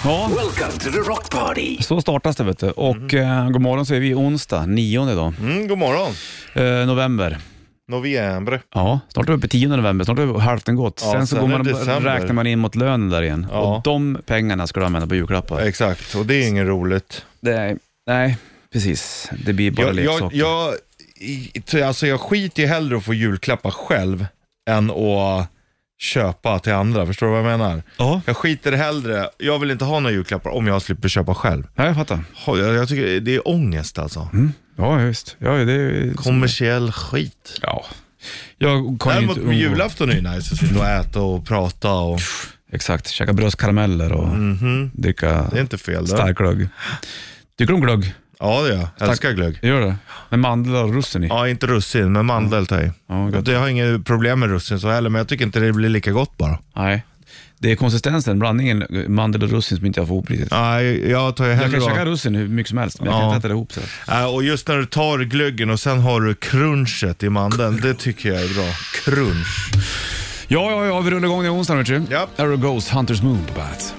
Ja. Welcome to the Rock Party. Så startas det, vet du. Och god morgon, så är vi onsdag, 9 idag. God morgon. November. November. Ja, snart är vi uppe 10 november, snart är vi hälften gått. Ja, sen så går man räknar man in mot lönen där igen. Ja. Och de pengarna ska du använda på julklappar. Exakt, och det är inget roligt. Nej, precis. Det blir bara leksaker. Jag skiter ju hellre att få julklappar själv än att köpa till andra. Förstår du vad jag menar? Ja. Jag skiter hellre. Jag vill inte ha några julklappar om jag slipper köpa själv. Ja, jag fattar. Jag tycker det är ångest alltså. Ja, just. Ja, det är kommersiell skit. Ja. Jag kan Däremot på julafton är det nice att sitta och äta och prata och... Exakt, käka bröstkarameller och dricka det är inte fel då. Stark glögg. Tycker du om glögg? Ja, det gör jag. Älskar glögg. Gör det? Med mandel och russin i? Ja, inte russin, men mandel tar jag. Ja, jag har inget problem med russin så heller, men jag tycker inte det blir lika gott bara. Nej. Det är konsistensen, blandningen mandel och russin som inte jag får ihop riktigt. Nej, jag tar ju hellre... Jag kan käka russin hur mycket som helst, men jag kan inte äta det ihop så. Och just när du tar glöggen och sen har du crunchet i mandeln, det tycker jag är bra. Crunch. Ja, vi rullar igång det onsdag, vet du. Ja. Arrow Ghost, Hunter's Moon på bandet.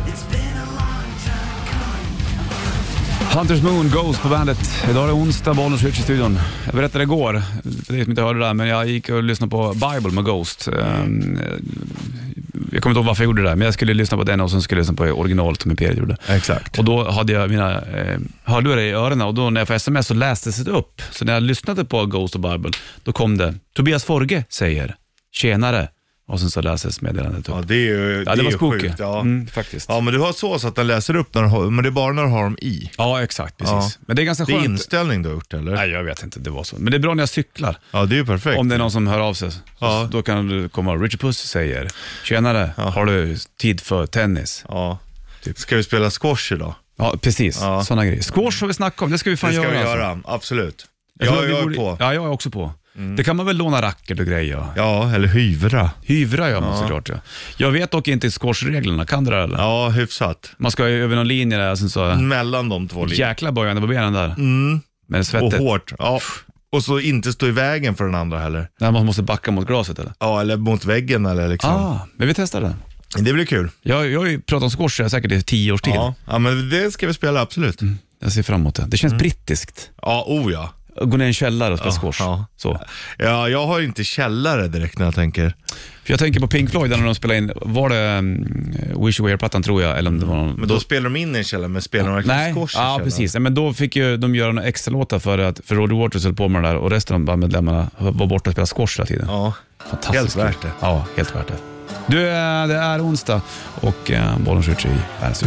Hunter's Moon, Ghost på bandet. Idag är det onsdag, Bollnäs Switch i studion. Jag berättade igår, för det som inte hörde det där, men jag gick och lyssnade på Bible med Ghost. Jag kommer inte ihåg varför jag gjorde det där, men jag skulle lyssna på den och sen skulle jag lyssna på originalet som Imperiet gjorde. Exakt. Och då hade jag mina hörlurar i öronen och då när jag får sms så lästes det upp. Så när jag lyssnade på Ghost och Bible, då kom det: Tobias Forge säger tjenare. Och sen så läses meddelandet upp. Ja, det är ju det var spooky. Sjukt, ja. Faktiskt. Ja, men du har så att den läser upp men det är bara när du har dem i. Ja, exakt, precis. Ja. Men det är ganska skönt. Det är inställning du har gjort, eller? Nej, jag vet inte, det var så. Men det är bra när jag cyklar. Ja, det är ju perfekt. Om det är någon som hör av sig. Ja. Då kan du komma. Richard Puss säger tjenare, har du tid för tennis? Ja. Typ. Ska vi spela squash idag? Ja, precis. Ja. Sådana grejer. Squash har vi snackat om, det ska vi fan göra. Det ska vi alltså. göra, absolut. Jag är på. Ja, jag är också på. Det kan man väl låna racket och grejer. Ja, eller hyvra. Hyvra gör man såklart, ja. Jag vet dock inte squashreglerna, kan du det eller? Ja, hyfsat. Man ska ju över någon linje där, sen så... Mellan de två linjerna. Jäkla bojande på benen där. Men svettet. Och hårt, ja. Och så inte stå i vägen för den andra heller. Nej, man måste backa mot glaset eller? Ja, eller mot väggen eller liksom. Men vi testar det. Det blir kul. Jag har ju pratat om squash säkert i 10 års tid. Ja, men det ska vi spela absolut. Jag ser fram emot det. Det känns brittiskt. Ja, ja. Gå ner i en källare och spela squash. Ja. Så. Ja, jag har inte källare direkt när jag tänker. För jag tänker på Pink Floyd när de spelade in, var det Wish You Were Here-plattan tror jag, eller om det var någon... Men då spelar de in i en källare, men spelar de verkligen squash i källaren? Ja, precis. Men då fick ju de göra några extra låtar för Roger Waters höll på med det där och resten av bandmedlemmarna var borta och spelade squash hela tiden. Ja, fantastiskt. helt värt det. Ja, helt värt det. Du, det är onsdag och Bollnäs Switch i Bandet.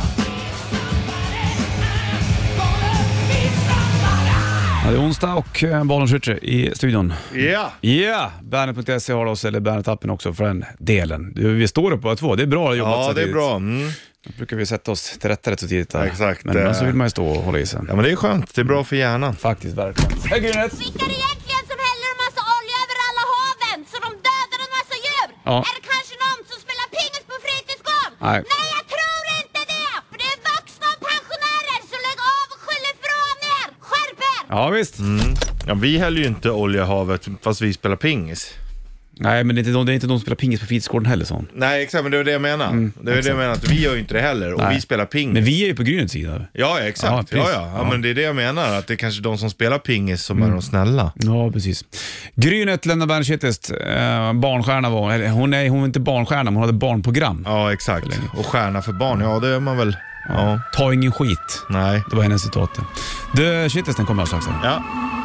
Ja, det är onsdag och Bollnäs Switch i studion. Ja. Ja, Bandet.se har oss, eller Bandet-appen också för den delen. Vi står upp på 2, det är bra jobbat. Ja, det är bra. Då brukar vi sätta oss till rätta rätt så tidigt där. Exakt. Men så vill man ju stå och hålla i sig. Ja, men det är skönt. Det är bra för hjärnan. Faktiskt, verkligen. Hej, Grynet! Vilka är det egentligen som häller en massa olja över alla haven så de dödar en massa djur? Ja. Är det kanske någon som spelar pingis på fritidsgården? Nej. Nej, jag tror inte det! För det är vuxna och pensionärer, så lägg av och skyll ifrån er! Skärp er! Ja, visst. Ja, vi häller ju inte olja i havet fast vi spelar pingis. Nej, men det är inte de som spelar pingis på fritidsgården heller sån. Nej, exakt, men det är det jag menar. Det är det jag menar, att vi gör ju inte det heller. Och vi spelar pingis. Men vi är ju på Grynets sida. Ja, exakt. Ja, men det är det jag menar. Att det är kanske de som spelar pingis som är de snälla. Ja, precis. Grynet lämnar Bandet Shitlist. Barnstjärna var, eller hon är inte barnstjärna, men hon hade barnprogram. Ja, exakt. Och stjärna för barn, ja det gör man väl. Ja. Ta ingen skit. Nej. Det var hennes citat. Du, Shitlisten kommer alldeles strax. Ja.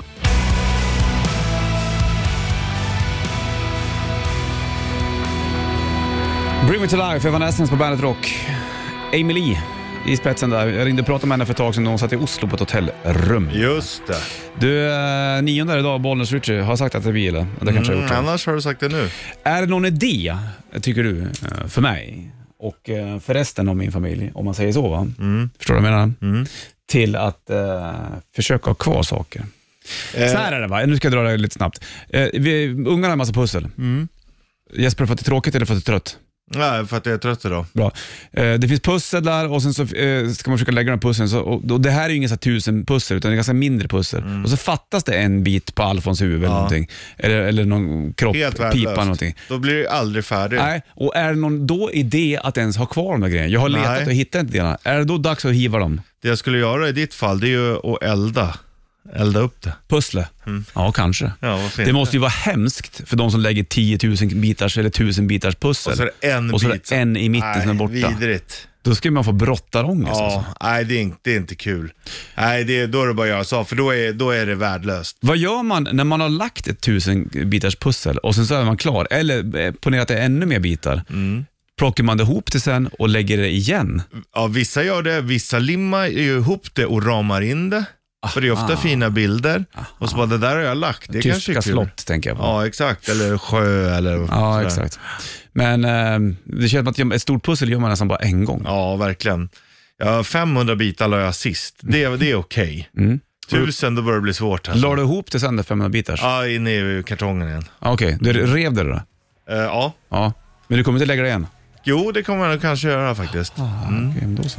Bring Me To Life, Evanescence på Bandet Rock. Amy Lee i spetsen där. Jag ringde och pratade med henne för ett tag sedan när hon satt i Oslo på ett hotellrum. Just det. Du, 9 idag, Bollnäs Richie har sagt att det vill. Det kanske jag har gjort. Annars har du sagt det nu. Är det någon idé, tycker du, för mig och för resten av min familj, om man säger så, va? Förstår du vad jag menar? Till att försöka ha kvar saker. Så här är det, va? Nu ska jag dra det lite snabbt. Ungarna har en massa pussel. Jesper, för att det är tråkigt eller för att det är trött? Nej, för att jag är trött idag. Bra. Det finns pussel där och sen så ska man försöka lägga den pusslen. Och det här är ju inga så 1000 pussel utan det är ganska mindre pussel. Och så fattas det en bit på Alfons huvud eller någonting. Eller någon kropp, pipa eller någonting. Då blir det aldrig färdigt. Nej, och är det någon då idé att ens ha kvar de där grejerna? Jag har letat och hittat inte det. Är det då dags att hiva dem? Det jag skulle göra i ditt fall, det är ju att elda upp det. Pussle? Ja, kanske. Ja, det måste ju vara hemskt för de som lägger 10 000 bitars eller 1000 bitars pussel. Och så är det en och så bit är det en i mitten som är borta. Vidrigt. Då ska man få brottarångest. Ja, alltså. nej det är inte kul. Nej, då är det bara jag sa, för då är det värdelöst. Vad gör man när man har lagt ett 1000 bitars pussel och sen så är man klar? Eller ponera att det är ännu mer bitar. Plockar man det ihop det sen och lägger det igen? Ja, vissa gör det. Vissa limmar ihop det och ramar in det. För det är ofta fina bilder. Och så bara, det där har jag lagt. Det Tyska kanske är kul. slott tänker jag på. Ja, exakt. Eller sjö eller ja, sådär. exakt. Men det känns som att ett stort pussel gör man nästan bara en gång. Ja, verkligen. 500 bitar la jag sist. Det är okej. 1000, då börjar det bli svårt. Alltså. La du ihop det sen, 500 bitars? Ja, inne i kartongen igen. Okej, du rev det då? Ja. Ja. Men du kommer inte lägga det igen? Jo, det kommer jag kanske göra faktiskt. Okej, men då så.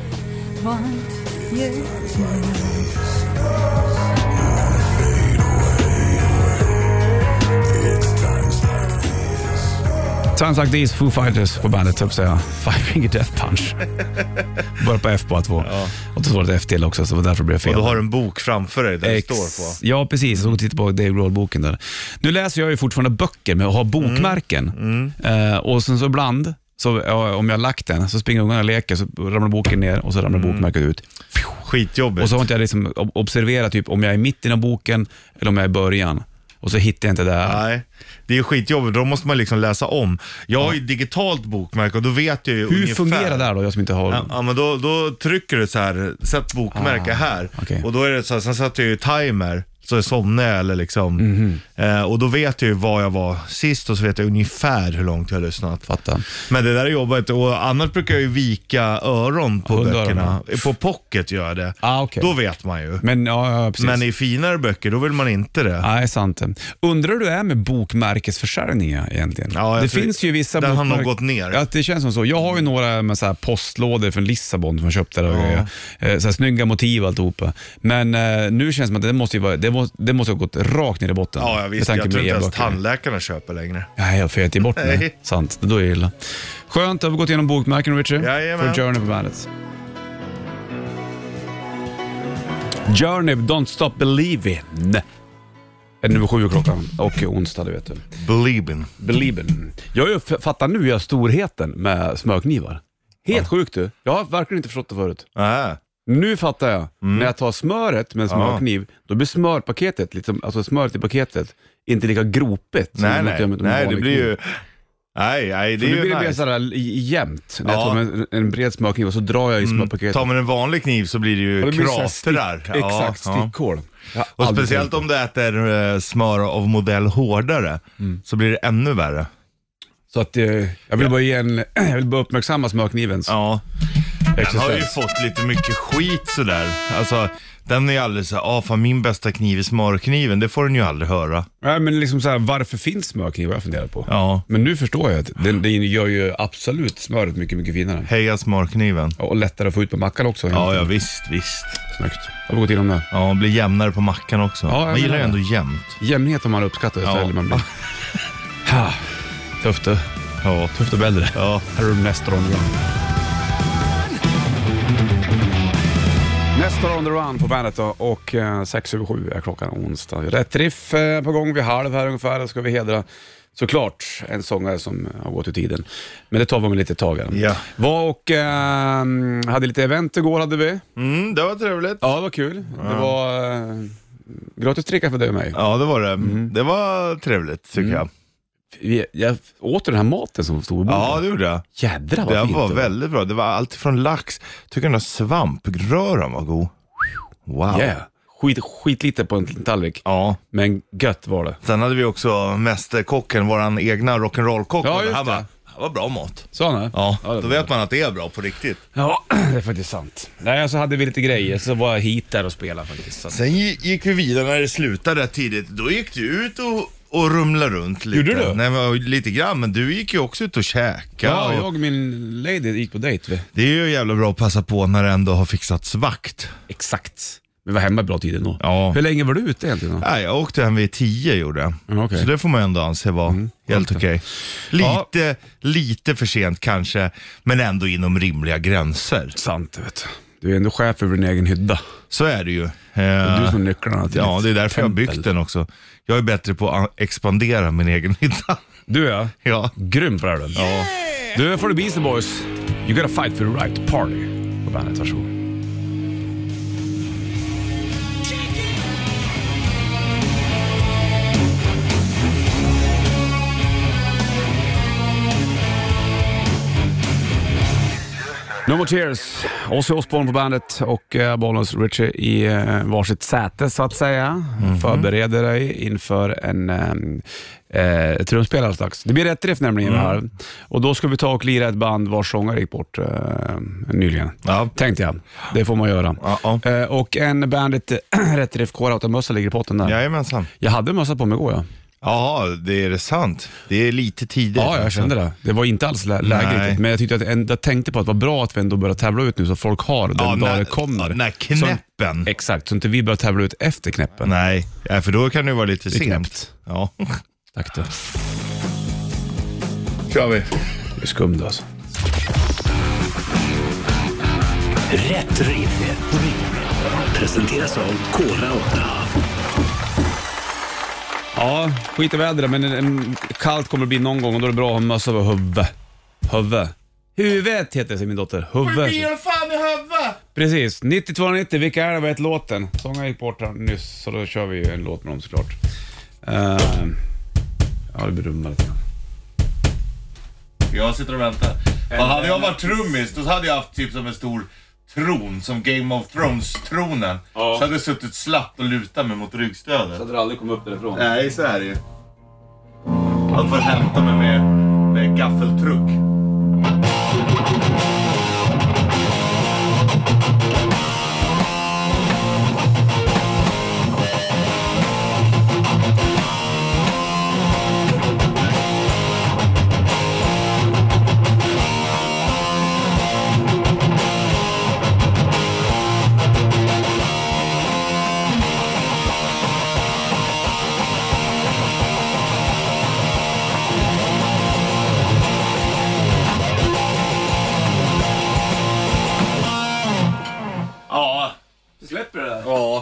Sounds like these Foo Fighters på bandet, typ säga. Five Finger Death Punch. Bara på F bara 2. Ja. Och då står det F till också, så därför blev det fel. Och du har en bok framför dig där det står på. Ja, precis. Så titta på Dave Grohl-boken där. Nu läser jag ju fortfarande böcker med att ha bokmärken. Och sen så ibland, så, om jag har lagt den, så springer ungarna och leker, så ramlar boken ner och så ramlar bokmärket ut. Skitjobbigt. Och så har inte jag liksom observerat typ, om jag är mitt i boken eller om jag är i början. Och så hittar jag inte det där. Nej, det är ju skitjobbigt. Då måste man liksom läsa om. Jag har ju digitalt bokmärke och då vet jag ju hur ungefär. fungerar det där då, jag som inte har... Ja, men då trycker du så här, sätt bokmärke här. Okay. Och då är det så här, sen sätter jag ju timer. Så jag somnar eller liksom. Och då vet jag ju var jag var sist och så vet jag ungefär hur långt jag har lyssnat. Fattar. Men det där är jobbigt. Och annars brukar jag ju vika öron på böckerna. På pocket gör jag det. Okay. Då vet man ju. Men, ja, precis. Men i finare böcker, då vill man inte det. Nej, sant. Undrar du är med bokmärkesförsäljningar egentligen? Ja, det finns ju vissa bokmärken. Den har nog gått ner. Ja, det känns som så. Jag har ju några med så här postlådor från Lissabon som jag köpte där och så här snygga motiv och alltihopa. Men nu känns det som att det måste ju vara... Det måste ha gått rakt ner i botten. Ja, jag visste. Jag tror inte ens tandläkarna köper längre. Nej, jag får inte bort det. Sant, då är det illa. Skönt att vi gått igenom bokmärken, Richard. Jajamän. För Journey på bandet. Journey, Don't Stop Believin'. Är nummer 7 klockan och onsdag, du vet du. Believin'. Jag fattar nu jag storheten med smörknivar. Helt sjukt du. Jag har verkligen inte förstått det förut. Nu fattar jag. När jag tar smöret med en smörkniv, då blir smörpaketet, liksom, alltså smöret i paketet, inte lika gropigt. Nej, det blir ju... Nej, det är ju blir nice. Mer sådär jämnt. När jag tar med en bred smörkniv och så drar jag i smörpaketet. Tar man en vanlig kniv så blir det ju kratrar. Exakt, stickhål. Och speciellt om du äter smör av modell hårdare så blir det ännu värre. Så att jag vill bara uppmärksamma smörknivens. Ja. Den har ju fått lite mycket skit sådär. Alltså, den är ju aldrig så fan min bästa kniv är smörkniven. Det får den ju aldrig höra. Nej, men liksom så här, varför finns smörknivar? Jag funderar på. Ja. Men nu förstår jag att den gör ju absolut smöret mycket, mycket finare. Heja smörkniven. Och lättare att få ut på mackan också. Ja, visst. Snyggt. Jag har gått igenom det. Ja, blir jämnare på mackan också. Ja, man gillar ju ändå jämnt. Jämnhet har man uppskattat. Ja. Man blir. Tufft det. Ja. Tufft och bättre. Ja. Här är du nästa rond. Nästa on the run på bandet då, och 6:07 är klockan onsdag. Rätt riff på gång vid halv här ungefär. Då ska vi hedra såklart en sångare som har gått i tiden. Men det tar vi med lite tag här. Ja. Var och hade lite event igår hade vi. Det var trevligt. Ja, det var kul. Det var gratis dricka för dig och mig. Ja, det var det. Det var trevligt tycker jag. Jag åt den här maten som stod i bordet. Ja, det gjorde jag. Jädra vad det fint. Det var väldigt bra. Det var allt från lax. Tycker den där svampröran var god. Wow. Yeah. Skit lite på en tallrik. Ja. Men gött var det. Sen hade vi också mästerkocken, våran egna rock'n'roll-kock. Ja, just han det. bara, det var bra mat. Så han är? Ja, då vet man att det är bra på riktigt. Ja, det är faktiskt sant. Nej, så hade vi lite grejer, så var jag hit där och spelade faktiskt. Så. Sen gick vi vidare när det slutade tidigt. Då gick du ut och rumla runt lite. Gjorde du? Nej, men lite grann, men du gick ju också ut och käka. Ja, och jag och min lady gick på dejt. det är ju jävla bra att passa på när det ändå har fixats vakt. Exakt. Vi var hemma i bra tid ändå. Ja. Hur länge var du ute egentligen då? Nej, jag åkte hem vid 10 gjorde jag. Okay. Så det får man ändå anse vara helt okej. Lite för sent kanske, men ändå inom rimliga gränser. Sant, vet du. Du är ändå chef över din egen hydda. Så är det ju. Det är du som har nycklarna till Ja, det är därför jag har tempel. byggt den också. Jag är bättre på att expandera min egen hydda. Du är Ja. grym på det här. Yeah! Ja. Du får The Beastie Boys. You gotta fight for the right party. På bandet, varsågod. No More Tears, Ozzy Osbourne på bandet och Bollnäs Richie i varsitt säte så att säga. Förbereder dig inför en trumspelare slags. Det blir rätt riff nämligen här. Och då ska vi ta och lira ett band vars sångare gick bort nyligen. Ja. Tänkte jag. Det får man göra. Och en Bandit rätt riff K-Rauta-mössa ligger i potten där. Jajamensan. Jag hade mössa på mig igår, ja. Ja, det är det sant. Det är lite tidigt. Ja, jag kände det. Det var inte alls lägligt. Men jag tyckte att jag tänkte på att det var bra att vi ändå börjar tävla ut nu så folk har den dag det kommer. När knäppen. Så, exakt, så inte vi börjar tävla ut efter knäppen. Nej, för då kan det vara lite sent. Knäppt. Ja. Tack då. Kör vi. Det är skumt alltså. Rätt riff. Presenteras av K-Rauta. Ja, skit i vädret, men kallt kommer det bli någon gång och då är det bra att ha mössa över huvudet heter det, min dotter. Huvudet. fan i huvudet! Precis, 9290, vilka är det? Vad heter låten? Sången gick bort här nyss, så då kör vi ju en låt med dem såklart. Ja, det blir rumma lite grann. Jag sitter och väntar. Hade jag varit trummis, då hade jag haft typ som en stor tron, som Game of Thrones-tronen. Ja. Så hade jag suttit slappt och lutat mig mot ryggstödet. Så hade du aldrig kommit upp därifrån. Nej, så är det ju. Jag får hämta mig med gaffeltruck. Släpper det där? Ja.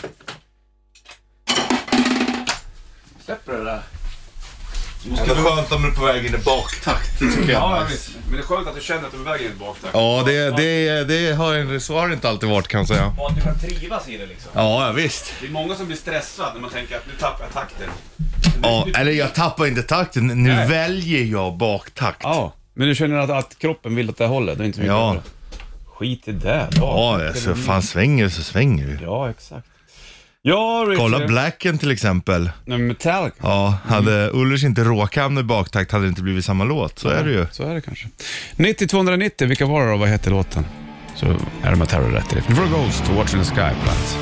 Släpper det där? Det är skönt om du är på väg in i baktakt, tycker jag. Ja, visst. Men det är skönt att du känner att du är på väg in i baktakt. Ja, så har det inte alltid varit, kan jag säga. Och att du kan trivas i det liksom. Ja, visst. Det är många som blir stressade när man tänker att nu tappar jag takten. Ja, eller jag tappar inte takten. Nu väljer jag baktakt. Ja, men du känner att kroppen vill åt det hållet. Det är inte så mycket. Ja. Skit i det. Ja, så fan svänger så svänger vi. Ja, exakt. Ja, Richard. Kolla Blacken till exempel. Metallica. Ja, hade Ulrich inte råkat hamna i baktakt hade det inte blivit samma låt. Så är det ju. Så är det kanske. 90-290, vilka var det då? Vad heter låten? Så är det Metallica rätt i det. Nu får du Ghost, Watching the Sky Plant.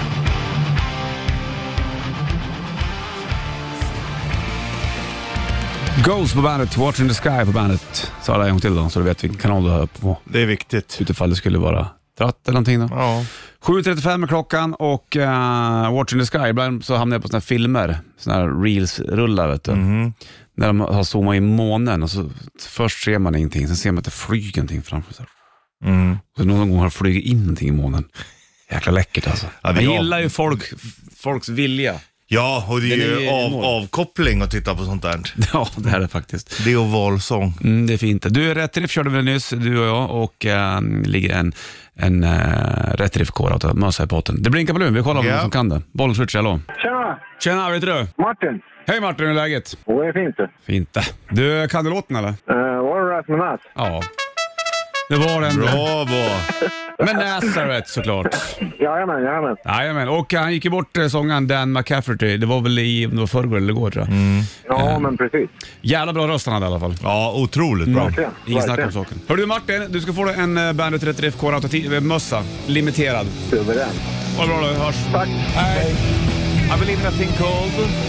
Ghost på bandet, Watching the Sky på bandet. Så alla en gång till då, så du vet vilken kanal du hör på. Det är viktigt. Utifall det skulle vara tratt eller någonting då. Ja. 7.35 är klockan och Watching the Sky. Ibland så hamnar jag på såna här filmer, såna här reels-rullar vet du. När de har zoomat in månen och så först ser man ingenting, sen ser man att det flyger någonting framför sig. Och så någon gång har det flugit in någonting i månen. Jäkla läckert alltså. Ja, jag gillar ju folks vilja. Ja, och det är ju enorm. avkoppling att titta på sånt där. Ja, det här är det faktiskt. Det är ovalsång. Det är fint. Du, rätt riff körde vi nyss, du och jag, och ligger en rätt riff K-Rauta mössa i potten. Det blinkar på lun, vi kollar vem som kan det. Bollens Richie, hallå. Tjena! Tjena, vet du? Martin! Hej Martin, hur är läget? Det är fint det. Fint det. Du, kan du låten eller? Var det Rasmus? Ja. Det var den. Bravo! Men Nazareth såklart. Jajamän. Och han gick ju bort sångaren Dan McCafferty. Det var väl det var förrgår eller igår tror jag. Ja, men precis. Jävla bra röst han hade i alla fall. Ja, otroligt bra. Verkligen. Ingen snack om saken. Hör du Martin, du ska få en Bandit 30 K-Rauta-mössa. Limiterad. Suverän. Ha det bra då, hörs. Tack. Hej. I believe in a thing called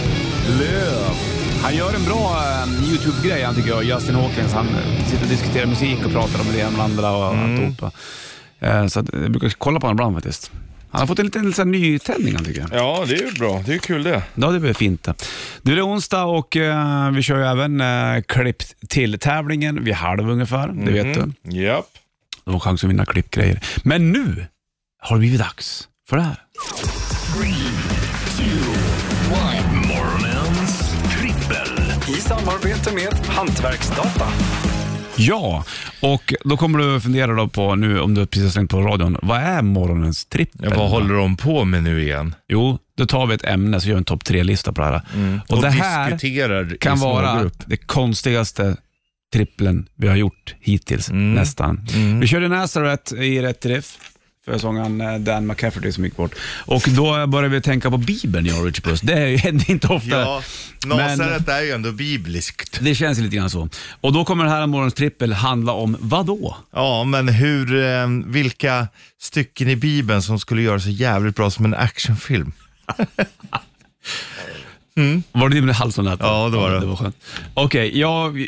Löv. Han gör en bra YouTube-grej, han tycker jag. Justin Hawkins, han sitter och diskuterar musik och pratar om det ena och andra och alltihopa. Så jag brukar kolla på honom ibland faktiskt. Han har fått en liten ny tändning, han tycker jag. Ja, det är ju bra. Det är kul det. Ja, det blir fint. Nu är det onsdag och vi kör ju även klipp till tävlingen vid halv ungefär, det vet du. Japp. De har chans att vinna klippgrejer. Men nu har det blivit dags för det här. 3, 2, 1. Morgonens trippel. I samarbete med Hantverksdata. Ja, och då kommer du fundera då på nu, om du precis har slängt på radion, vad är morgonens trippel? Ja, vad håller de på med nu igen? Jo, då tar vi ett ämne så gör en topp 3-lista på det här. Och det här kan vara det konstigaste trippeln vi har gjort hittills, nästan. Vi körde Nazareth i rätt riff för sången Dan McCafferty som gick bort. Och då började vi tänka på Bibeln i Richard Puss. Det händer inte ofta. Ja, Nazareth är ju ändå bibliskt. Det känns lite grann så. Och då kommer den här morgons trippel handla om vad då? Ja, men vilka stycken i Bibeln som skulle göra så jävligt bra som en actionfilm? Var det din halsonat? Ja, det var det. Det var skönt. Okej,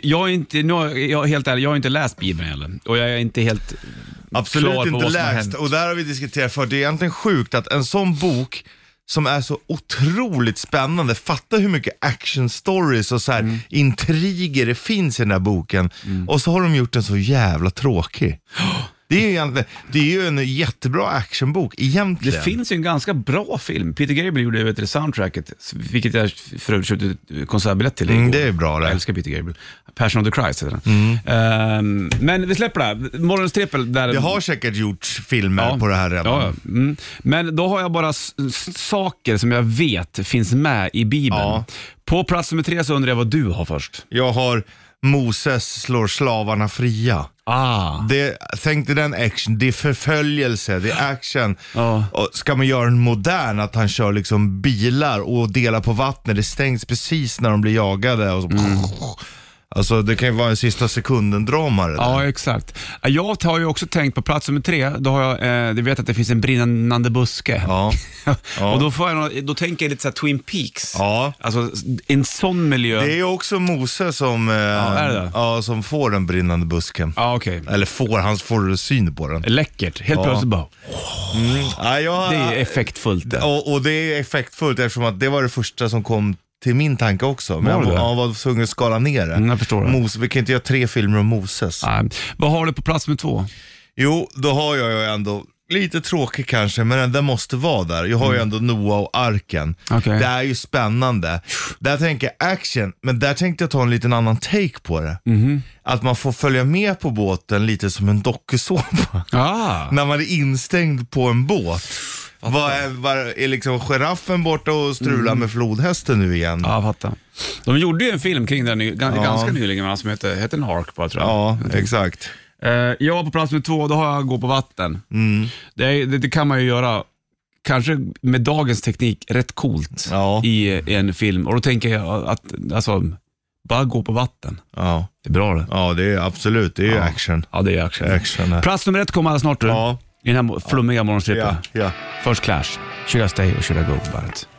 helt ärligt, jag har inte läst Bibeln heller. Och jag är inte helt absolut klar på inte vad som har läst. hänt. Och där har vi diskuterat för det är egentligen sjukt att en sån bok som är så otroligt spännande, fatta hur mycket action stories och så här intriger det finns i den här boken. Och så har de gjort den så jävla tråkig. Det är ju en jättebra actionbok egentligen. Det finns ju en ganska bra film. Peter Gabriel gjorde soundtracket, vilket jag förut köpte konsertbiljett till igår. Det är bra det. Jag älskar Peter Gabriel. Passion of the Christ heter den. Men vi släpper det här. Morgonens trippel där... Det har säkert gjorts filmer på det här redan. Ja. Men då har jag bara saker som jag vet finns med i Bibeln. Ja. På plats nummer 3 så undrar jag vad du har först. Jag har Moses slår slavarna fria. Tänk dig den action, det är förföljelse, det är action. Och ska man göra en modern, att han kör liksom bilar och delar på vattnet, det stängs precis när de blir jagade och så, alltså det kan ju vara en sista sekunden drama. Ja, exakt. Jag har ju också tänkt på plats nummer 3, då har jag, det vet att det finns en brinnande buske. Ja. Och då tänker jag lite så här Twin Peaks. Ja. Alltså en sån miljö. Det är ju också Moses som, är det? som får den brinnande busken. Ja, okej. Eller han får syn på den. Läckert, helt plötsligt bara. Ja, det är effektfullt. Och det är effektfullt eftersom att det var det första som kom till min tanke också. Men jag var tvungen att skala ner det. Jag förstår det. Vi kan inte göra 3 filmer om Moses. Vad har du på plats med 2? Jo, då har jag ju ändå lite tråkig kanske, men den måste vara där. Jag har ju ändå Noah och arken. Okay. Det är ju spännande. Där tänker jag action, men där tänkte jag ta en liten annan take på det. Att man får följa med på båten lite som en dokusåpa. När man är instängd på en båt. Är liksom giraffen borta och strular med flodhästen nu igen? Ja, fattar. De gjorde ju en film kring den ganska nyligen som heter en Ark bara, tror jag. Ja, exakt. Jag var på plats med 2, då har jag gå på vatten. Det kan man ju göra kanske med dagens teknik rätt coolt i en film. Och då tänker jag att alltså, bara gå på vatten. Ja. Det är bra det. Ja, det är absolut. Det är ju action. Ja, det är action. Plats nummer 1 kommer alldeles snart. Ja. I den här flummiga morgonstrippen. Ja. First Clash. Should I stay or should I go? Bandet.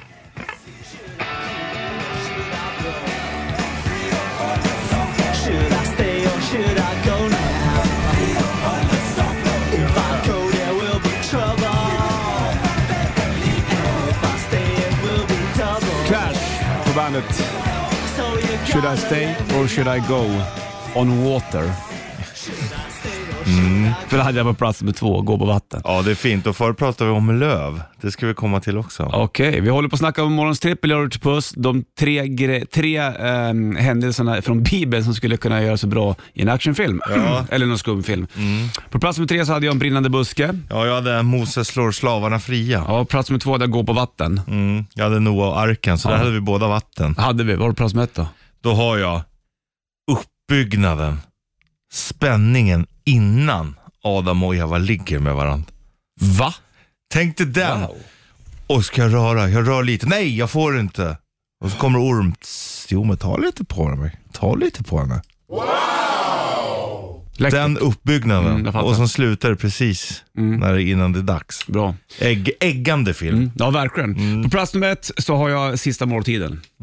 Clash på bandet. Should I stay or should I go on water? För det hade jag på plats med 2, gå på vatten. Ja, det är fint. Och förr pratade vi om löv. Det ska vi komma till också. Okej, vi håller på att snacka om morgons trippel i Richard Puss. De 3 händelserna från Bibeln som skulle kunna göra så bra i en actionfilm. Eller någon skumfilm. På plats med 3 så hade jag en brinnande buske. Ja, jag hade Moses slår slavarna fria. Ja, plats med 2 hade jag gå på vatten. Jag hade Noah och arken, så där hade vi båda vatten. Hade vi, var det plats med 1 då? Då har jag uppbyggnaden, spänningen innan Adam och Eva ligger med varandra. Va? Tänk dig den. Wow. Och ska jag rör lite. Nej, jag får inte. Och så kommer orm. Jo, men ta lite på henne. Wow! Den uppbyggnaden. Och så slutar det precis innan det är dags. Bra. Äggande film. Ja, verkligen. På plats nummer 1 så har jag Sista måltiden.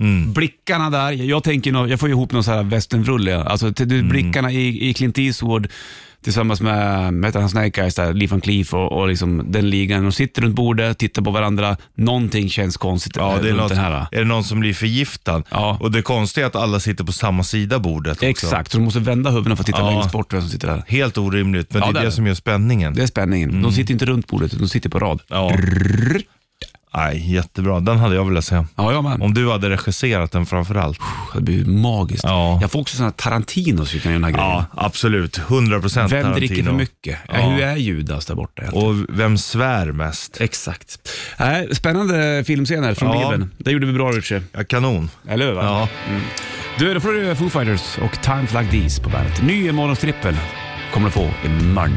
Blickarna där, jag tänker jag får ihop någon så här westernrulle. Alltså blickarna i Clint Eastwood tillsammans med han Snake Eyes där, Lee Van Cleef och liksom den ligan. De sitter runt bordet, tittar på varandra. Någonting känns konstigt. Ja, det är något, är det någon som blir förgiftad? Ja. Och det konstiga är att alla sitter på samma sida bordet också. Exakt, så de måste vända huvudena för att titta längst bort vem som sitter där. Helt orimligt, men det är det som gör spänningen. Det är spänningen. De sitter inte runt bordet, de sitter på rad. Ja. Nej, jättebra. Den hade jag velat säga. Ja, men. Om du hade regisserat den framförallt. Det blir magiskt. Ja. Jag får också sådana Tarantino så vi kan göra den här grejen. Ja, absolut. 100% Tarantino. Vem dricker för mycket? Ja. Hur är Judas där borta? Och vem svär mest? Exakt. Spännande filmscener från Bibeln. Det gjorde vi bra, Richie. Ja, kanon. Eller hur, va? Ja. Du, då får du Foo Fighters och Times Like These på bandet. Ny morgonstrippel kommer du få imorgon.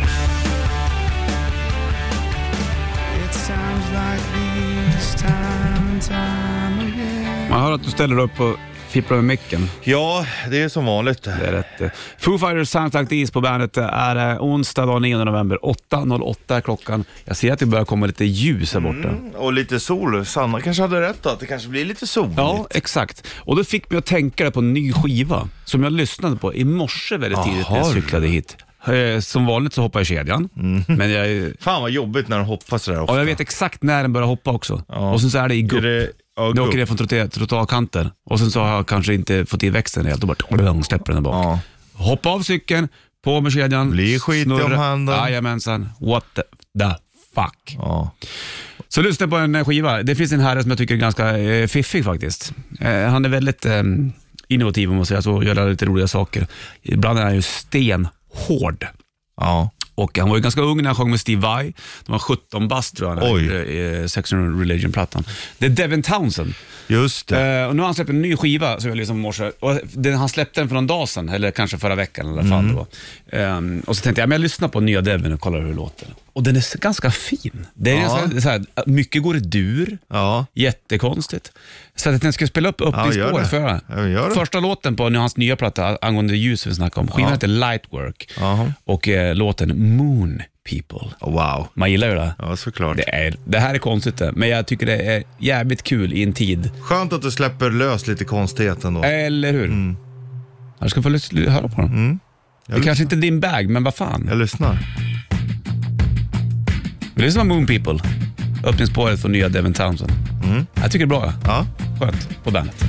Man hör att du ställer upp och fipplar med micken. Ja, det är som vanligt. Det är rätt. Foo Fighters Sounds Like These på bandet är onsdag den 9 november. 8.08 är klockan. Jag ser att det börjar komma lite ljus här borta. Och lite sol. Sanna kanske hade rätt då, att det kanske blir lite soligt. Ja, exakt. Och då fick mig att tänka på en ny skiva som jag lyssnade på i morse väldigt tidigt när jag cyklade hit. Som vanligt så hoppar jag i kedjan. Men fan vad jobbigt när den hoppar sådär ofta. Och jag vet exakt när den börjar hoppa också. Och sen så är det i gupp. Nu åker det från trottoarkanter. Och sen så har jag kanske inte fått i växeln helt. Och bara släpper den bak. Hoppa av cykeln, på med kedjan. Blir skit om handen. Jajamensan. What the fuck. Så lyssna på en skiva. Det finns en herre som jag tycker är ganska fiffig faktiskt. Han är väldigt innovativ om man säger så. Gör lite roliga saker. Ibland är han ju stenhård. Ja. Och han var ju ganska ung när han sjöng med Steve Vai. De var 17 bast tror jag. I Sex and Religion-plattan. Det är Devin Townsend. Just det. Och nu har han släppt en ny skiva som jag liksom morse. Och han släppte den för någon dag sedan. Eller kanske förra veckan eller fan det var. Och så tänkte jag, men jag lyssnar på nya Devin och kollar hur det låter. Och den är ganska fin. Det är ganska, så här, mycket går i dur. Jättekonstigt. Så att den ska spela upp i spåret för första låten på hans nya platta angående ljus vi snackar om. Skivan heter Lightwork. Och låten Moon People. Wow. Man gillar ju det. Ja, såklart. Det här är konstigt men jag tycker det är jävligt kul i en tid. Skönt att du släpper lös lite konstighet då. Eller hur? Jag ska få höra på den. Det kanske inte är din bag, men vad fan. Jag lyssnar. Det är som Moon People. Öppningsspåret för nya Devin Townsend. Jag tycker det är bra. Ja. Skönt på bandet.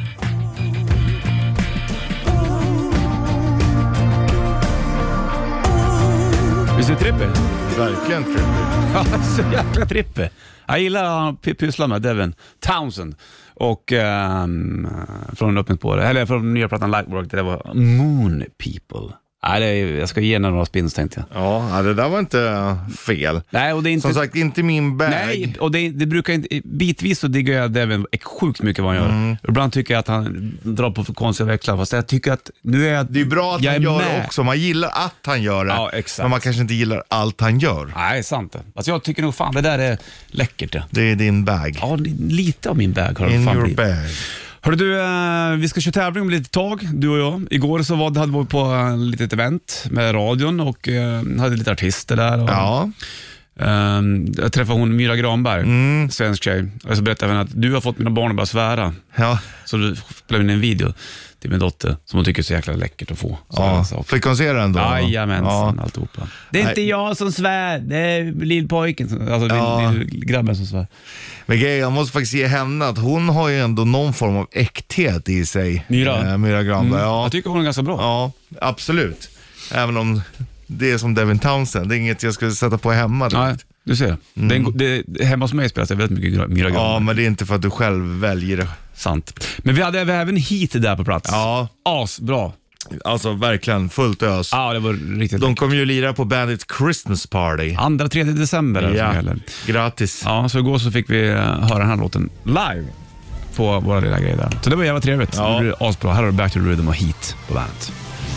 Visst är det trippy? Verkligen trippy. Ja, så jäkla trippy. Jag gillar att pyssla med Devin Townsend. Och från öppningsspåret, eller från nya plattan Lightwork, det var Moon People. Jag ska ge några spins tänkte jag. Ja, det där var inte fel. Nej, och det är inte, som sagt, inte min bag. Nej, och det brukar inte, bitvis så diggar jag Devin sjukt mycket vad han gör. Ibland tycker jag att han drar på för konstiga växlar. Fast jag tycker att nu är jag... Det är bra att han gör det också. Man gillar att han gör det. Ja, exakt. Men man kanske inte gillar allt han gör. Nej, sant det. Alltså jag tycker nog fan, det där är läckert. Ja. Det är din bag. Ja, lite av min bag har det fan blivit. In your bag. Hörru du, vi ska köra tävling om lite tag, du och jag. Igår så hade vi på ett litet event med radion och hade lite artister där. Och, jag träffade hon Myra Granberg, svensk tjej. Och så berättade hon att du har fått mina barn att börja svära. Ja. Så du spelade in en video till min dotter som hon tycker är så jäkla läckert att få. Fick hon se den då? Jajamensan, alltihopa. Det är inte jag som svär, det är lillpojken, alltså grabben som svär. Men jag måste faktiskt ge henne att hon har ju ändå någon form av äkthet i sig. Myra Granberg. Jag tycker hon är ganska bra. Ja, absolut. Även om det är som Devin Townsend. Det är inget jag skulle sätta på hemma. Nej, du ser. Hemma hos mig spelas det väldigt mycket Myra Granberg. Ja, men det är inte för att du själv väljer det. Sant. Men vi hade även hit där på plats. Ja. Asbra. Alltså verkligen fullt ös. Ja, det var riktigt. De kommer ju lira på Bandits Christmas Party 2-3 december. Ja, gratis. Ja, så igår så fick vi höra den här låten live på våra lilla grejer där. Så det var jävla trevligt. Ja. Det blev asbra. Här har du Back to the Rhythm och Heat på bandet.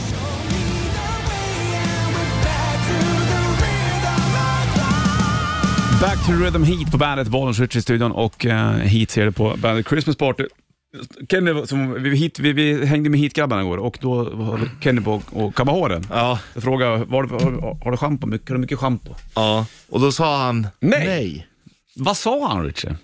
Back to the Rhythm, Heat på bandet, Bollens Rich i studion och Heat ser det på Bandet Christmas Party. Kenny, vi hängde med Heat-grabbarna igår och då var Kenny på och kamma håren. Ja. Jag frågade, har du schampo? Har du mycket schampo? Ja, och då sa han nej. Vad sa han, Richard?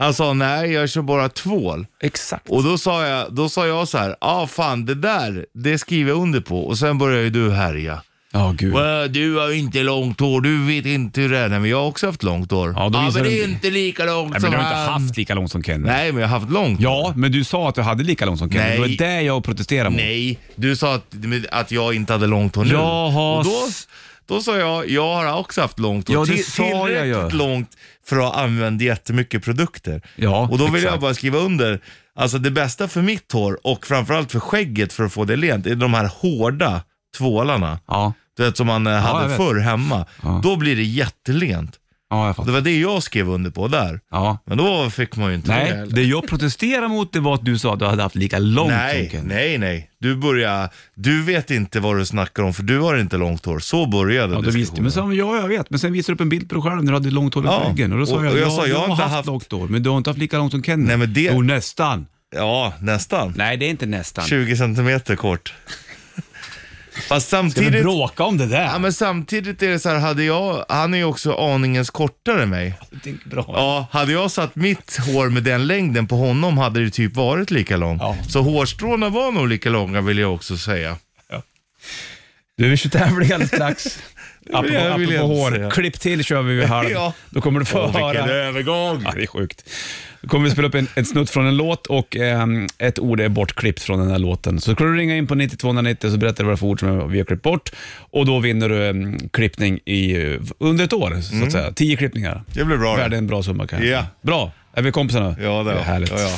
Han sa nej, jag kör bara tvål. Exakt. Och då sa jag så här, fan det skriver jag under på. Och sen började ju du härja. Gud. Du har inte långt hår, du vet inte hur det är. Men jag har också haft långt hår. Ja, men det är inte lika långt som men du har han. inte haft lika långt som Ken. Nej, men jag har haft långt. Ja, men du sa att du hade lika långt som Ken. Nej. Det var det jag protesterade mot. Nej, du sa att jag inte hade långt hår nu. Jaha. Och då sa jag har också haft långt hår. Ja, det sa jag ju. Tillräckligt långt för att ha använt jättemycket produkter. Ja, och då vill exakt. jag bara skriva under. Alltså det bästa för mitt hår och framförallt för skägget för att få det lent är de här hårda tvålarna. Ja. Du vet, som man hade förr hemma. Ja. Då blir det jättelent. Ja, jag fattar. Det var det jag skrev under på där. Ja. Men då fick man ju inte Nej, heller. det jag protesterade mot det var att du sa att du hade haft lika långt som Ken. Nej. Du vet inte vad du snackar om för du har inte långt hår. Så började Ja, du visste. Men så, jag vet. Men sen visade du upp en bild på dig själv när du hade långt hår i skäggen. Och då sa och jag jag har inte haft långt hår, men du har inte haft lika långt som Ken. Nej, men det... Jo, nästan. Ja, nästan. Nej, det är inte nästan. 20 centimeter kort. Fast Ska samtidigt... vi bråka om det där? Ja, men samtidigt är det så här, han är ju också aningens kortare än mig. Det är bra. Ja, hade jag satt mitt hår med den längden på honom hade det typ varit lika långt. Ja. Så hårstråna var nog lika långa vill jag också säga. Du, vi kör tävling alldeles strax. vill jag Apropå inte hår. säga. Klipp till kör vi vid halv. Ja. Då kommer du få höra. Vilken övergång. Ja, det är sjukt. Då kommer vi spela upp en snutt från en låt och ett ord är bortklippt från den här låten. Så ska du ringa in på 9290 så berättar du vad det är för ord som vi har klippt bort. Och då vinner du klippning under ett år, så att säga. 10 klippningar. Det blir bra. Värde en bra summa kanske. Ja. Bra. Är vi kompisarna? Ja, det är härligt. Ja.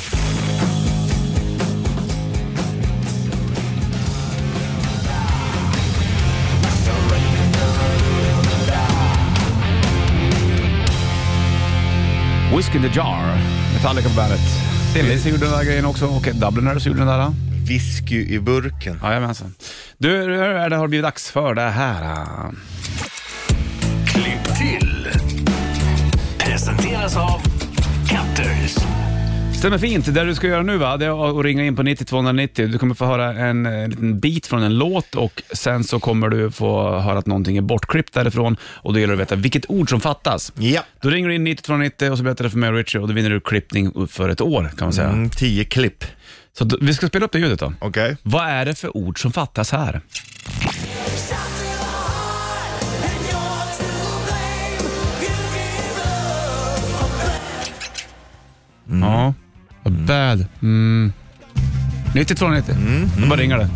Whiskey in the Jar, Metallica på bandet. Stillis gjorde den där grejen också och Dubliners gjorde den där. Whisky i burken. Jajamensan. Du, det har blivit dags för det här. Klipp till. Presenteras av Cutters. Stämmer fint. Det du ska göra nu, va, det är att ringa in på 9290. Du kommer få höra en liten bit från en låt och sen så kommer du få höra att någonting är bortklippt därifrån och då gäller det att veta vilket ord som fattas. Ja. Då ringer du in 9290 och så berättar du för mig och Richard och då vinner du klippning för ett år, kan man säga. 10 klipp. Så vi ska spela upp det ljudet då. Okej. Vad är det för ord som fattas här? Ja. Bad. 9290. Då bara ringer det.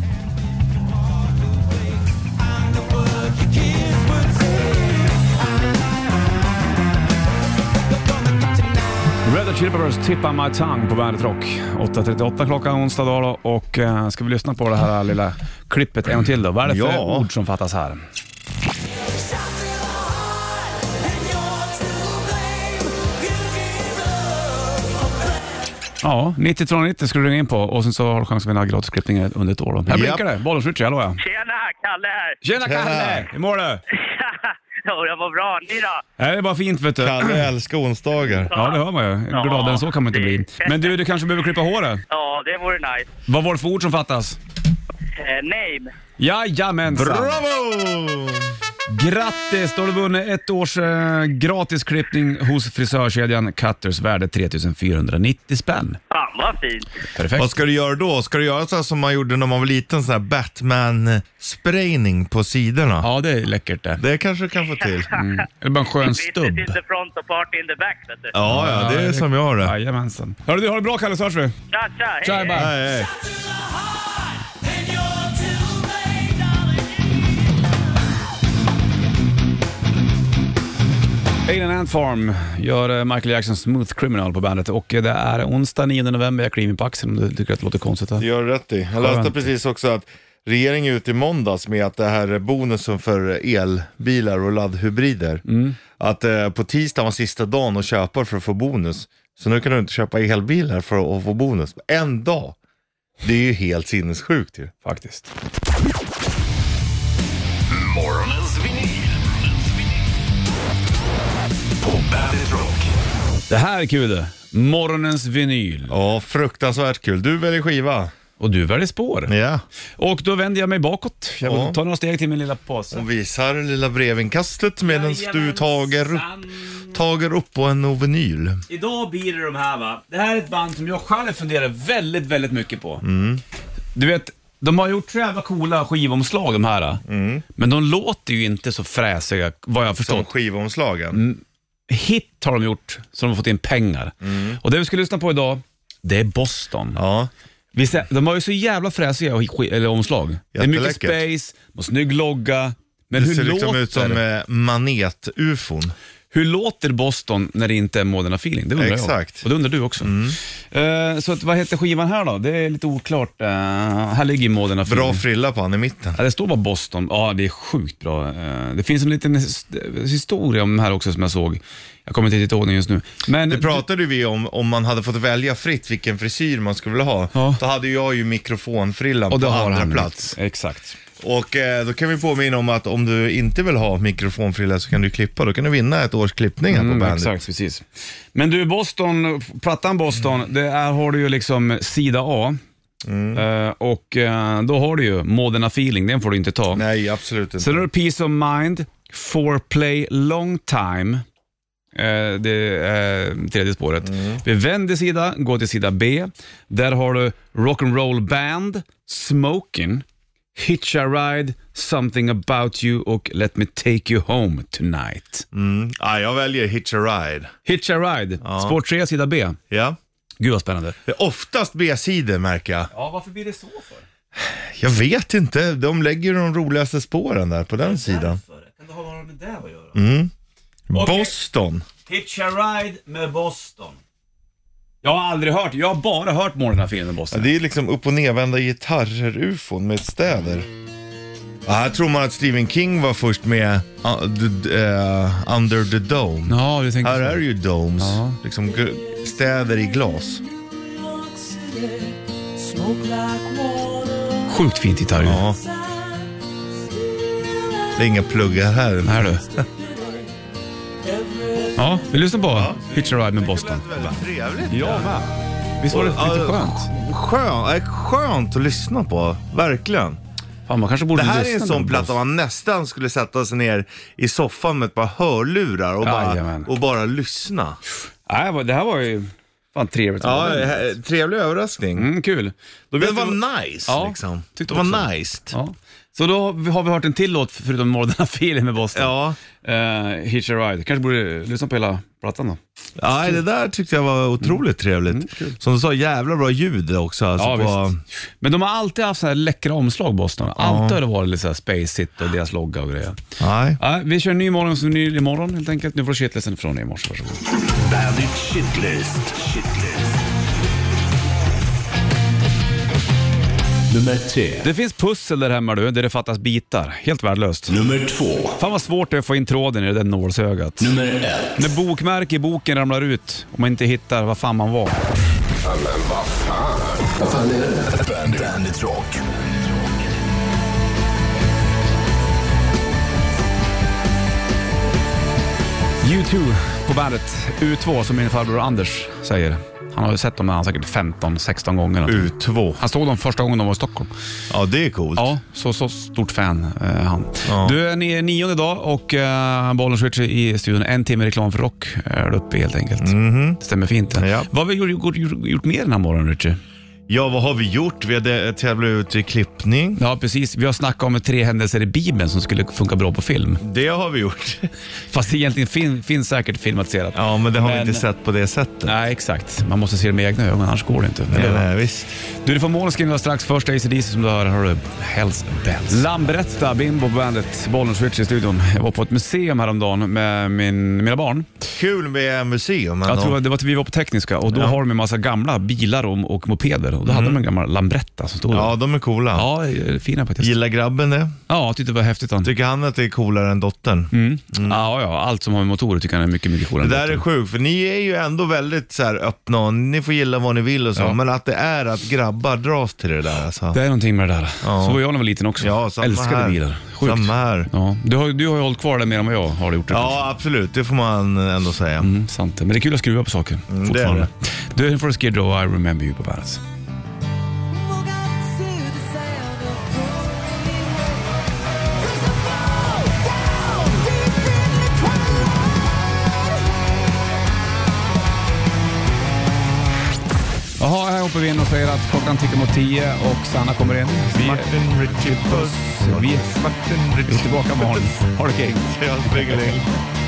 Red Hot Chili Peppers, Tip on My Tongue på Bandet Rock. 8.38 klockan onsdag då, och ska vi lyssna på det här lilla klippet en till då. Vad är det för ord som fattas här? Ja, 9290 ska du ringa in på och sen så har du chans att vinna gratisklippningar under ett år då. Jag blinkar det. Bollens Richard, hallå ja. Tjena, Kalle här. Tjena Kalle! Hur mår du? Ja, det var bra. Ni då? Det är bara fint, vet du. Kalle älskar onsdagar. Ja, det hör man ju. Gladare än så kan man inte bli. Men du kanske behöver klippa håret? Ja, det vore nice. Vad var det för ord som fattas? Name. Jajamensan. Bravo! Grattis, då har du vunnit ett års gratis klippning hos frisörkedjan Cutters, värde 3490 spänn. Fan, vad fint. Perfekt. Vad ska du göra då? Ska du göra så här som man gjorde när man var liten, sån här Batman-sprayning på sidorna? Ja, det är läckert det. Det kanske du kan få till. Är det bara en skön Business stubb? in the front och party in the back, vet du. Ja, det är som jag har det. Jajamensan. Hörru du, har det bra Kalle, så hörs vi. Tja, tja. Hej, Tja, hej. bye. Nej, nej. Alien Ant Farm gör Michael Jacksons Smooth Criminal på bandet och det är onsdag 9 november. Jag kliver in på axeln om du tycker att det låter konstigt. Det gör rätt i. Jag läste precis också att regeringen är ute i måndags med att det här är bonusen för elbilar och laddhybrider. Att på tisdag var sista dagen att köpa för att få bonus. Så nu kan du inte köpa elbilar för att få bonus. En dag. Det är ju helt sinnessjukt ju. Faktiskt. Morgonens vinyl. På Bandet Rock. Det här är kul det. Morgonens vinyl. Ja, fruktansvärt kul. Du väljer skiva. Och du väljer spår. Ja. Och då vänder jag mig bakåt. Jag vill ta några steg till min lilla påse. Och visar lilla brevinkastet medan du tager upp på en vinyl. Idag blir det de här, va? Det här är ett band som jag själv funderar väldigt, väldigt mycket på. Du vet, de har gjort så jävla coola skivomslag de här. Men de låter ju inte så fräsiga, vad jag har förstått. Som skivomslagen. Hit har de gjort, så de har fått in pengar. Och det vi ska lyssna på idag, det är Boston. Ja. De har ju så jävla fräsiga eller omslag. Det är mycket space, och snygg logga. Men det hur ser låter liksom ut som manet-ufon. Hur låter Boston när det inte är Moderna Feeling? Det undrar Exakt. jag. Och det undrar du också. Så att, vad heter skivan här då? Det är lite oklart. Här ligger Moderna Feeling. Bra frilla på han i mitten. Ja, det står bara Boston. Ja, det är sjukt bra. Det finns en liten historia om den här också som jag såg. Jag kommer inte ihåg den just nu. Men det pratade vi om man hade fått välja fritt vilken frisyr man skulle vilja ha. Ja. Då hade jag ju mikrofonfrillan och på andra plats. Exakt. Och då kan vi påminna om att om du inte vill ha mikrofonfrilla så kan du klippa. Då kan du vinna ett års klippning här på bandet. Exakt, precis. Men du, Boston, plattan Boston, har du ju liksom sida A. Och då har du ju Moderna Feeling, den får du inte ta. Nej, absolut inte. Så då är det Peace of Mind, Foreplay Long Time. Det är tredje spåret. Vi vänder sida, går till sida B. Där har du Rock'n'Roll Band, Smokin', Hitch a Ride, Something About You och Let Me Take You Home Tonight. Ja, jag väljer Hitch a Ride. Hitch a Ride, spår 3, sida B. Ja. Gud vad spännande. Det är oftast B-sidor märker jag. Ja, varför blir det så för? Jag vet inte, de lägger de roligaste spåren där på den sidan. Kan det ha något med det att göra? Okay. Boston. Hitch a Ride med Boston. Jag har aldrig hört, jag har bara hört Moderna Feeling med Boston. Ja, det är liksom upp- och nedvända gitarrer-ufon med städer. Ja, här tror man att Stephen King var först med Under the Dome. Ja, du tänker här så. är ju domes, liksom städer i glas. Sjukt fint gitarr. Ja. Det är inga pluggar här. Här du. Ja, vi lyssnar på Hitch a Ride med Boston. Väldigt trevligt. Ja, va? Visst var det lite skönt? Skönt att lyssna på, verkligen. Fan, man kanske borde det här lyssna är en sån platta man nästan skulle sätta sig ner i soffan med ett par hörlurar och bara lyssna. Nej, det här var ju fan trevligt. Ja, trevlig överraskning. Kul. Det var nice liksom. Det var nice. Ja. Så då har vi hört en till låt förutom Moderna Feeling med Boston. Ja. Hitch a Ride. Kanske borde lyssna på hela plattan då. Ja, det där tyckte jag var otroligt trevligt. Som du sa, jävla bra ljud också. Alltså visst. Men de har alltid haft så här läckra omslag, Boston. Alltid har det varit lite så här Space It och deras logga och grejer. Nej. Ja, vi kör en ny morgon som ny imorgon helt enkelt. Nu får du shitlisten från i morse, varsågod. Bandit Shitlist. Nummer 3. Det finns pussel där hemma där det fattas bitar. Helt värdelöst. Nummer 2. Fan vad svårt det är att få in tråden i det där nålsögat. Nummer 1. När bokmärke i boken ramlar ut och man inte hittar vad fan man var. Men vad fan är det? Bandit Rock. U2 på bandet U2 som min farbror Anders säger. Han har ju sett dem säkert 15-16 gånger. U2. Han stod dem första gången de var i Stockholm. Ja, det är coolt. Ja, så stort fan han. Ja. Du är 9:e dag och Bollnäs Switch i studion. 1 timme reklam för rock är det uppe helt enkelt. Det stämmer fint. Ja. Vad har vi gjort mer den här morgonen, Richie? Ja, vad har vi gjort? Vi hade tävlat ut i klippning. Ja, precis. Vi har snackat om 3 händelser i Bibeln som skulle funka bra på film. Det har vi gjort. Fast det egentligen finns säkert filmatiserat. Ja, men det har vi inte sett på det sättet. Nej, exakt. Man måste se det med egna ögon, annars går det inte. Nej, visst. Du får Måneskin strax. Första AC/DC som du har du Hells Bells. Lambretta, Bimbo på bandet, Bollnäs Switch i studion. Jag var på ett museum häromdagen med mina barn. Kul med museum. Jag tror det var att vi var på Tekniska och då har de en massa gamla bilar och mopeder. Och då hade de en gammal Lambretta som stod där. Ja, de är coola. Ja, fina faktiskt. Gillar grabben det? Ja, jag tyckte det var häftigt. Tycker han att det är coolare än dottern? Ja, allt som har med motorer tycker han är mycket, mycket coolare. Det där är sjukt, för ni är ju ändå väldigt så här öppna och ni får gilla vad ni vill och så, men att det är att grabbar dras till det där alltså. Det är någonting med det där. Ja. Så var jag när jag var liten också. Ja, samma älskade här. bilar. Sjukt. Samma här. Ja. Du har ju hållit kvar det mer än vad jag har gjort det. Ja, absolut. Det får man ändå säga. Sant. Men det är kul att skruva på saker fortfarande. Du får Skid Row, I Remember You på bandet. Jaha, här hoppar vi in och säger att klockan tickar mot 10 och Sanna kommer in. Martin Ritchie Puss. Vi är tillbaka imorgon. Ha det king. Jag springer in.